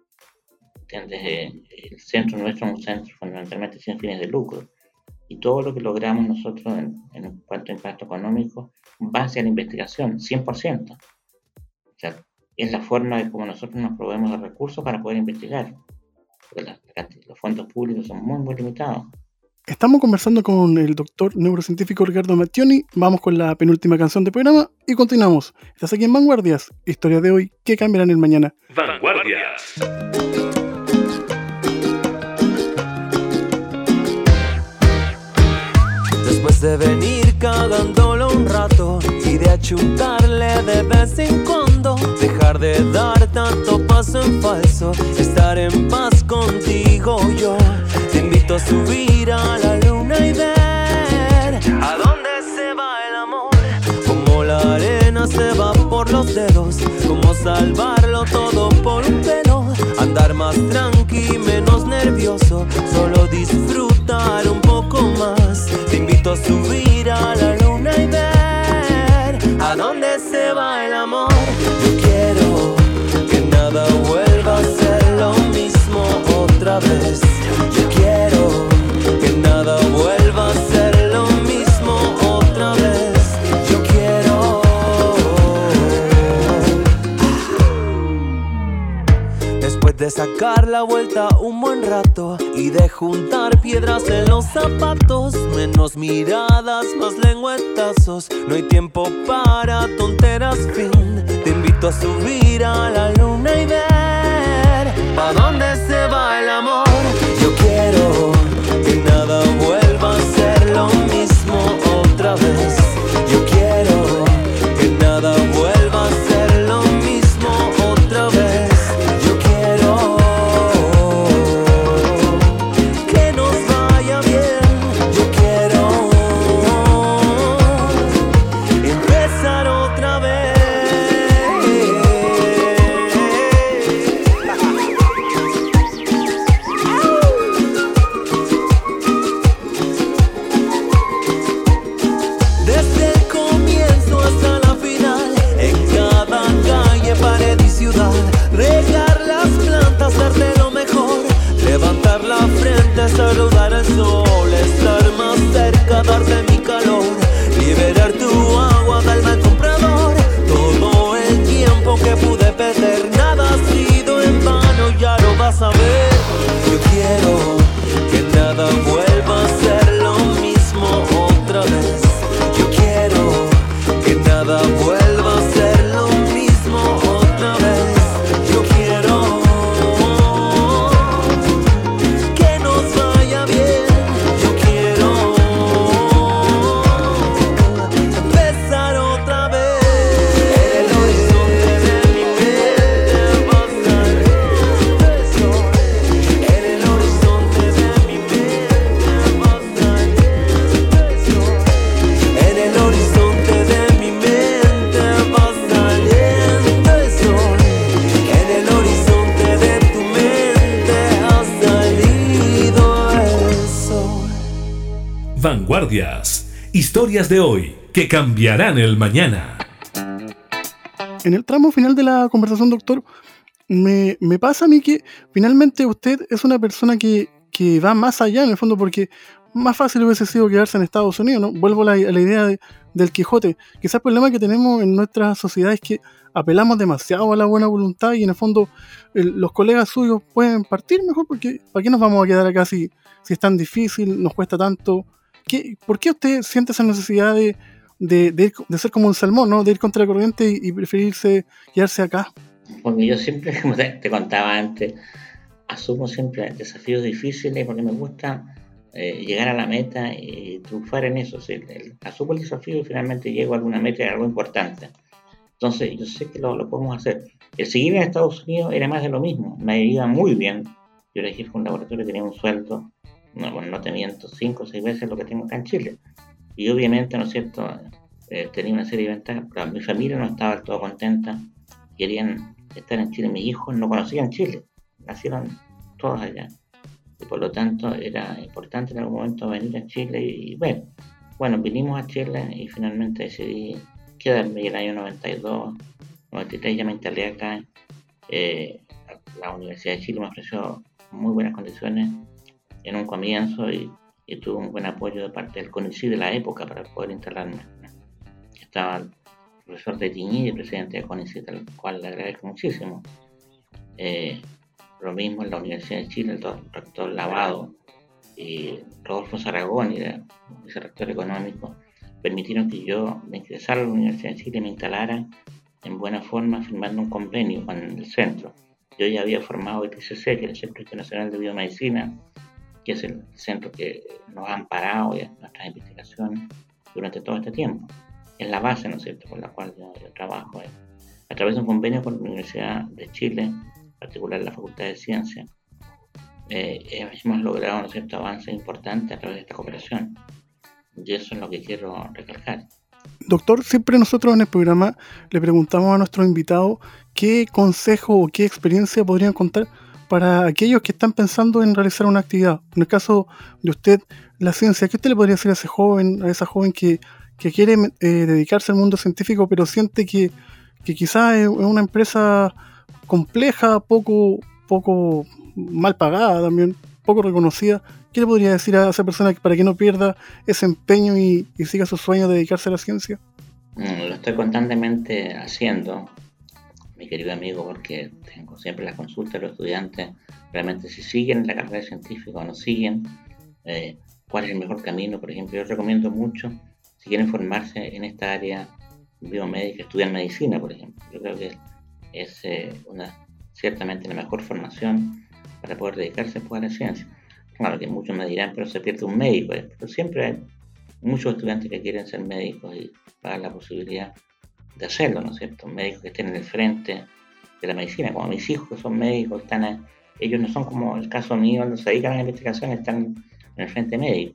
¿Entiendes? El centro nuestro es un centro fundamentalmente sin fines de lucro. Y todo lo que logramos nosotros en, en cuanto a impacto económico va hacia la investigación, cien por ciento. O sea, es la forma de cómo nosotros nos proveemos de recursos para poder investigar. La, la, los fondos públicos son muy, muy limitados. Estamos conversando con el doctor neurocientífico Ricardo Mattioni. Vamos con la penúltima canción del programa y continuamos. Estás aquí en Vanguardias, historia de hoy que cambiarán el mañana. Vanguardias. Después de venir cagándolo un rato y de achuntarle de vez en cuando, dejar de dar tanto paso en falso, estar en paz contigo yo. Te invito a subir a la luna y ver a dónde se va el amor. Como la arena se va por los dedos, como salvarlo todo por un pelo. Andar más tranqui, menos nervioso, solo disfrutar un poco más. Te invito a subir a la luna y ver a dónde se va el amor. Yo quiero que nada vuelva a ser lo mismo otra vez. Yo quiero que nada vuelva a ser lo mismo otra vez. Yo quiero. Después de sacar la vuelta un buen rato y de juntar piedras en los zapatos, menos miradas, más lengüetazos, no hay tiempo para tonteras, fin. Te invito a subir a la luna y ver ¿pa' dónde se va el amor? Yo quiero que nada vuelva a ser lo mismo otra vez. Yo quiero que nada vuelva a ser lo mismo otra vez. Yo quiero que nos vaya bien. Yo quiero empezar otra vez. Desde el comienzo hasta la final, en cada calle, pared y ciudad, regar las plantas, darte lo mejor, levantar la frente, saludar al sol, estar más cerca, darte mi calor, liberar tu agua, darme al comprador. Todo el tiempo que pude perder, nada ha sido en vano, ya lo vas a ver. Yo quiero que nada vuelva a ser lo mismo otra vez. Yo quiero que nada vuelva a ser lo mismo otra vez. Yo quiero que nos vaya bien. Yo quiero empezar otra vez. En el horizonte de mi mente va a salir el sol. En el horizonte de mi mente va a salir el sol. En el horizonte de mi mente va saliendo el sol. En el horizonte de tu mente ha salido el sol. Vanguardias. Historias de hoy que cambiarán el mañana. En el tramo final de la conversación, doctor, me, me pasa a mí que finalmente usted es una persona que, que va más allá en el fondo, porque más fácil hubiese sido quedarse en Estados Unidos, ¿no? Vuelvo a la, a la idea de, del Quijote. Quizás el problema que tenemos en nuestra sociedad es que apelamos demasiado a la buena voluntad y en el fondo el, los colegas suyos pueden partir mejor, porque ¿para qué nos vamos a quedar acá si, si es tan difícil, nos cuesta tanto? ¿Qué, ¿Por qué usted siente esa necesidad de, de, de, ir, de ser como un salmón, ¿no? De ir contra la corriente y, y preferirse quedarse acá? Porque yo siempre, como te, te contaba antes, asumo siempre desafíos difíciles porque me gusta eh, llegar a la meta y triunfar en eso. O sea, el, el, asumo el desafío y finalmente llego a alguna meta y a algo importante. Entonces, yo sé que lo, lo podemos hacer. El seguir en Estados Unidos era más de lo mismo. Me iba muy bien. Yo era jefe de un laboratorio, tenía un sueldo, no, bueno, no te miento, cinco o seis veces lo que tengo acá en Chile. Y obviamente, ¿no es cierto?, eh, tenía una serie de ventajas, pero mi familia no estaba del todo contenta. Querían estar en Chile. Mis hijos no conocían Chile, nacieron todos allá. Y por lo tanto, era importante en algún momento venir a Chile. Y, y bueno, bueno, vinimos a Chile y finalmente decidí quedarme. Y el año noventa y dos, noventa y tres ya me instalé acá. Eh, la Universidad de Chile me ofreció muy buenas condiciones en un comienzo y, y tuve un buen apoyo de parte del CONICYT de la época para poder instalarme. Estaba el profesor de Tiñí, presidente del CONICYT, al cual le agradezco muchísimo. Eh, lo mismo en la Universidad de Chile, el rector Lavado y Rodolfo Sarragón, y el vicerrector económico, permitieron que yo me ingresara a la Universidad de Chile y me instalara en buena forma firmando un convenio con el centro. Yo ya había formado I P C C, que es el Centro Internacional de Biomedicina, que es el centro que nos ha amparado en nuestras investigaciones durante todo este tiempo. Es la base, ¿no es cierto?, por la cual yo, yo trabajo. Eh. A través de un convenio con la Universidad de Chile, en particular la Facultad de Ciencias, eh, hemos logrado, ¿no es cierto?, avances importantes a través de esta cooperación. Y eso es lo que quiero recalcar. Doctor, siempre nosotros en el programa le preguntamos a nuestros invitados qué consejo o qué experiencia podrían contar para aquellos que están pensando en realizar una actividad. En el caso de usted, la ciencia, ¿qué usted le podría decir a ese joven, a esa joven que, que quiere eh, dedicarse al mundo científico, pero siente que, que quizás es una empresa compleja, poco, poco mal pagada también, poco reconocida? ¿Qué le podría decir a esa persona para que no pierda ese empeño y, y siga su sueño de dedicarse a la ciencia? Mm, lo estoy constantemente haciendo, mi querido amigo, porque tengo siempre las consultas de los estudiantes, realmente si siguen la carrera científica o no siguen, eh, cuál es el mejor camino. Por ejemplo, yo recomiendo mucho, si quieren formarse en esta área biomédica, estudiar medicina, por ejemplo. Yo creo que es eh, una, ciertamente la mejor formación para poder dedicarse pues, a la ciencia. Claro que muchos me dirán, pero se pierde un médico, ¿eh? Pero siempre hay muchos estudiantes que quieren ser médicos y dar la posibilidad de hacerlo, ¿no es cierto? Médicos que estén en el frente de la medicina, como mis hijos que son médicos, están a, ellos no son como el caso mío, no se dedican a la investigación, están en el frente médico.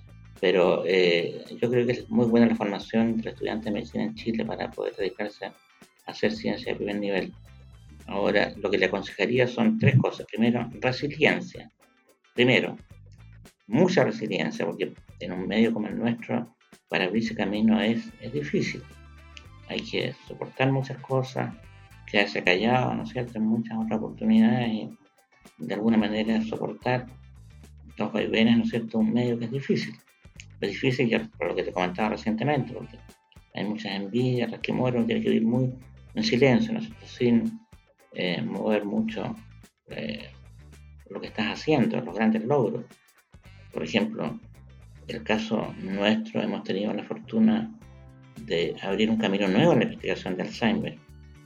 Pero eh, yo creo que es muy buena la formación del estudiante de medicina en Chile para poder dedicarse a hacer ciencia de primer nivel. Ahora, lo que le aconsejaría son tres cosas. Primero, resiliencia. Primero, mucha resiliencia, porque en un medio como el nuestro, para abrirse camino es, es difícil. Hay que soportar muchas cosas, quedarse callado, ¿no es cierto?, en muchas otras oportunidades y de alguna manera soportar los vaivenes, ¿no es cierto?, un medio que es difícil. Es difícil, ya por lo que te comentaba recientemente, porque hay muchas envidias, las que mueren, tiene que vivir muy en silencio, ¿no es cierto?, sin eh, mover mucho eh, lo que estás haciendo, los grandes logros. Por ejemplo, el caso nuestro, hemos tenido la fortuna de abrir un camino nuevo en la investigación de Alzheimer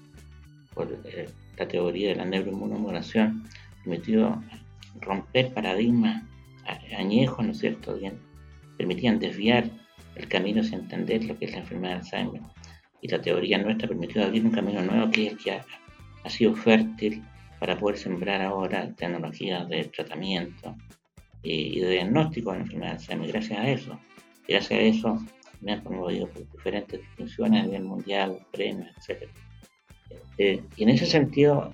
por eh, la teoría de la neuroinmunomodulación, permitió romper paradigmas añejos, ¿no es cierto?, bien, permitían desviar el camino sin entender lo que es la enfermedad de Alzheimer. Y la teoría nuestra permitió abrir un camino nuevo que es el que ha, ha sido fértil para poder sembrar ahora tecnologías de tratamiento y, y de diagnóstico de la enfermedad de Alzheimer. Gracias a eso, gracias a eso me han promovido por diferentes distinciones a nivel mundial, premios, etcétera. Eh, y en ese sentido,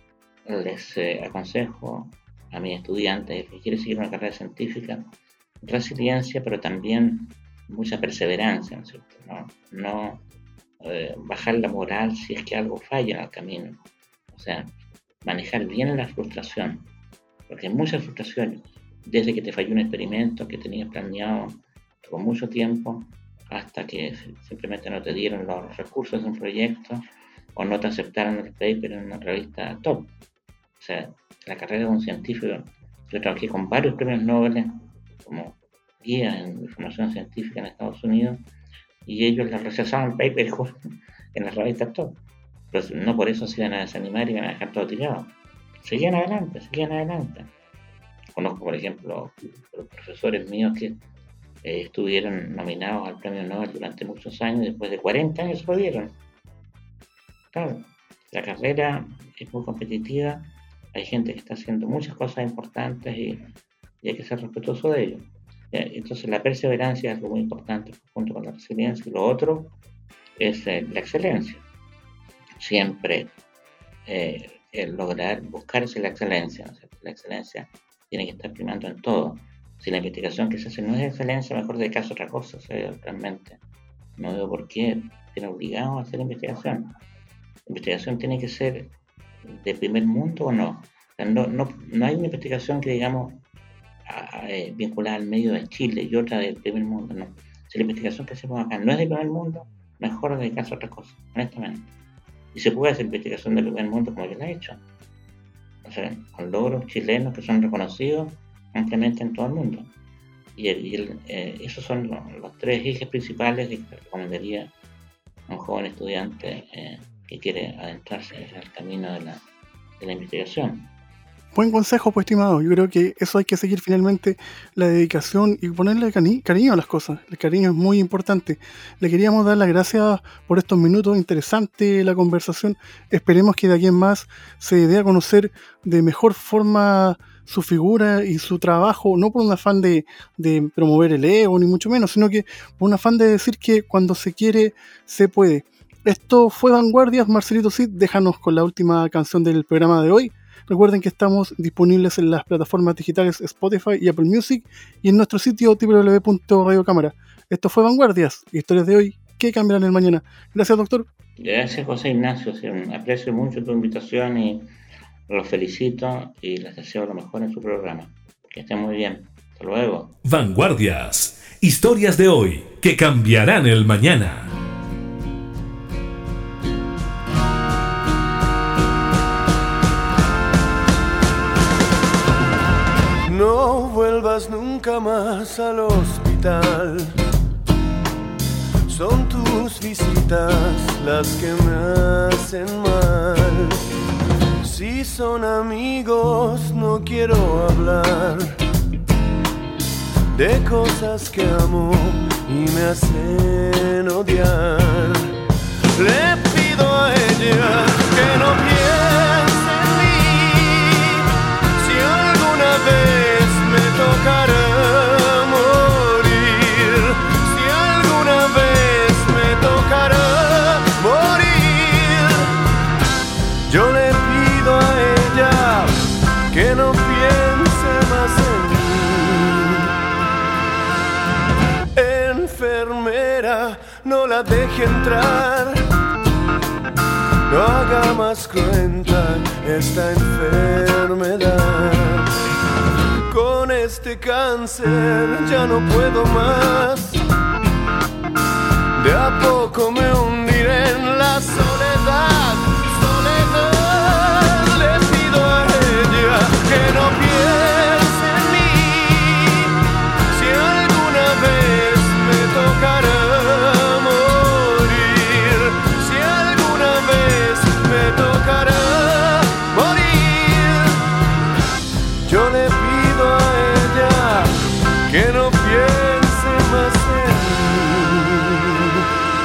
les eh, aconsejo a mis estudiantes que quieren seguir una carrera científica, resiliencia, pero también mucha perseverancia, ¿no es cierto? No, no eh, bajar la moral si es que algo falla en el camino. O sea, manejar bien la frustración, porque hay muchas frustraciones, desde que te falló un experimento que tenías planeado con mucho tiempo, hasta que simplemente no te dieron los recursos de un proyecto o no te aceptaron el paper en una revista top. O sea, la carrera de un científico, yo trabajé con varios premios Nobel como guía en información científica en Estados Unidos y ellos les rechazaban el paper en las revistas top. Pero no por eso se iban a desanimar y iban a dejar todo tirado. Seguían adelante, seguían adelante. Conozco, por ejemplo, los profesores míos que eh, estuvieron nominados al premio Nobel durante muchos años y después de cuarenta años se lo dieron. Claro, la carrera es muy competitiva, hay gente que está haciendo muchas cosas importantes y, y hay que ser respetuoso de ello. Entonces la perseverancia es algo muy importante junto con la resiliencia, y lo otro es eh, la excelencia. Siempre eh, el lograr buscarse la excelencia, ¿no? La excelencia tiene que estar primando en todo. Si la investigación que se hace no es de excelencia, mejor dedicarse a otra cosa. O sea, realmente no veo por qué tiene obligado a hacer investigación. La investigación tiene que ser de primer mundo o no. O sea, no, no, no hay una investigación que digamos a, a, eh, vinculada al medio de Chile y otra del primer mundo, no. Si la investigación que hacemos acá no es de primer mundo, mejor dedicarse a otra cosa, honestamente. Y se puede hacer investigación del primer mundo como yo la he hecho. O con logros chilenos que son reconocidos ampliamente en todo el mundo. Y, el, y el, eh, esos son los, los tres ejes principales que recomendaría a un joven estudiante eh, que quiere adentrarse en el camino de la, de la investigación. Buen consejo, pues, estimado. Yo creo que eso hay que seguir finalmente, la dedicación y ponerle cari- cariño a las cosas. El cariño es muy importante. Le queríamos dar las gracias por estos minutos, interesante la conversación. Esperemos que de aquí en más se dé a conocer de mejor forma su figura y su trabajo, no por un afán de, de promover el ego, ni mucho menos, sino que por un afán de decir que cuando se quiere, se puede. Esto fue Vanguardias. Marcelito Cid, déjanos con la última canción del programa de hoy. Recuerden que estamos disponibles en las plataformas digitales Spotify y Apple Music y en nuestro sitio doble u doble u doble u punto radio cámara. Esto fue Vanguardias, historias de hoy que cambiarán el mañana. Gracias, doctor. Gracias, José Ignacio. Sí, aprecio mucho tu invitación y los felicito y les deseo lo mejor en su programa. Que estén muy bien. Hasta luego. Vanguardias, historias de hoy que cambiarán el mañana. No vuelvas nunca más al hospital. Son tus visitas las que me hacen mal. Si son amigos no quiero hablar de cosas que amo y me hacen odiar. Le pido a ella que no piense en mí. Si alguna vez me tocará morir, si alguna vez me tocará morir, yo le pido a ella que no piense más en mí. Enfermera, no la deje entrar, no haga más cruenta esta enfermedad. Con este cáncer ya no puedo más, de a poco me hundiré en la soledad. Soledad, le pido a ella que no piense en mí. Si alguna vez me tocará morir, si alguna vez me tocará morir, yo le pido a ella que no piense más en mí.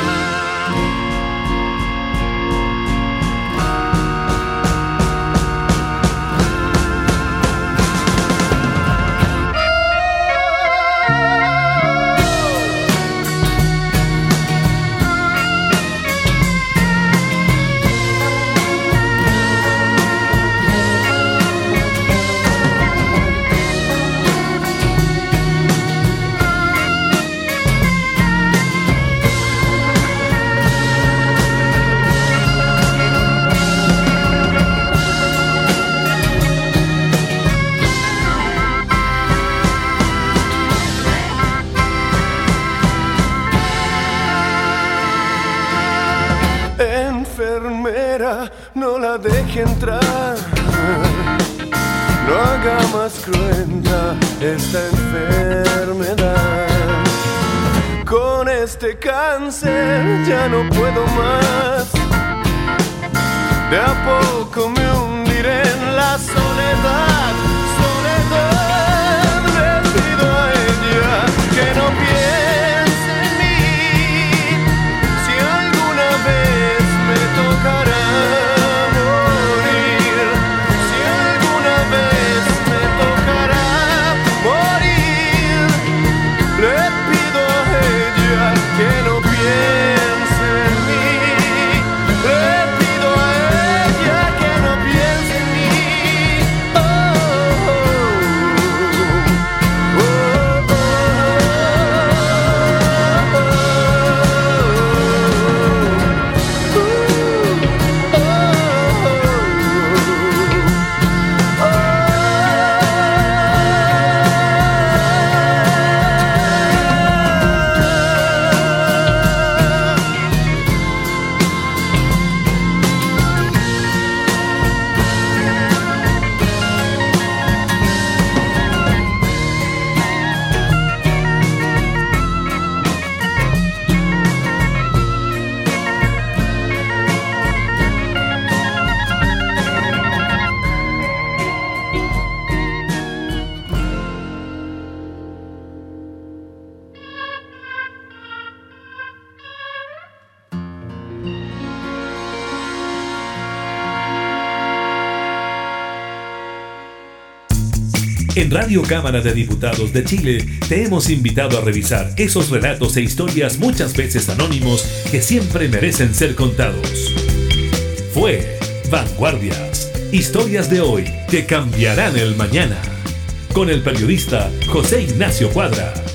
Enfermera, no la deje entrar, no haga más cruenta esta enfermedad. Con este cáncer ya no puedo más, de a poco me hundiré en la soledad. Soledad, le pido a ella que no piense en mí. Si alguna vez me tocará morir, si alguna vez me tocará morir, le pido a ella que no piense en mí. Le pido a ella que no piense en mí. Oh. En Radio Cámara de Diputados de Chile te hemos invitado a revisar esos relatos e historias muchas veces anónimos que siempre merecen ser contados. Fue Vanguardias, historias de hoy que cambiarán el mañana, con el periodista José Ignacio Cuadra.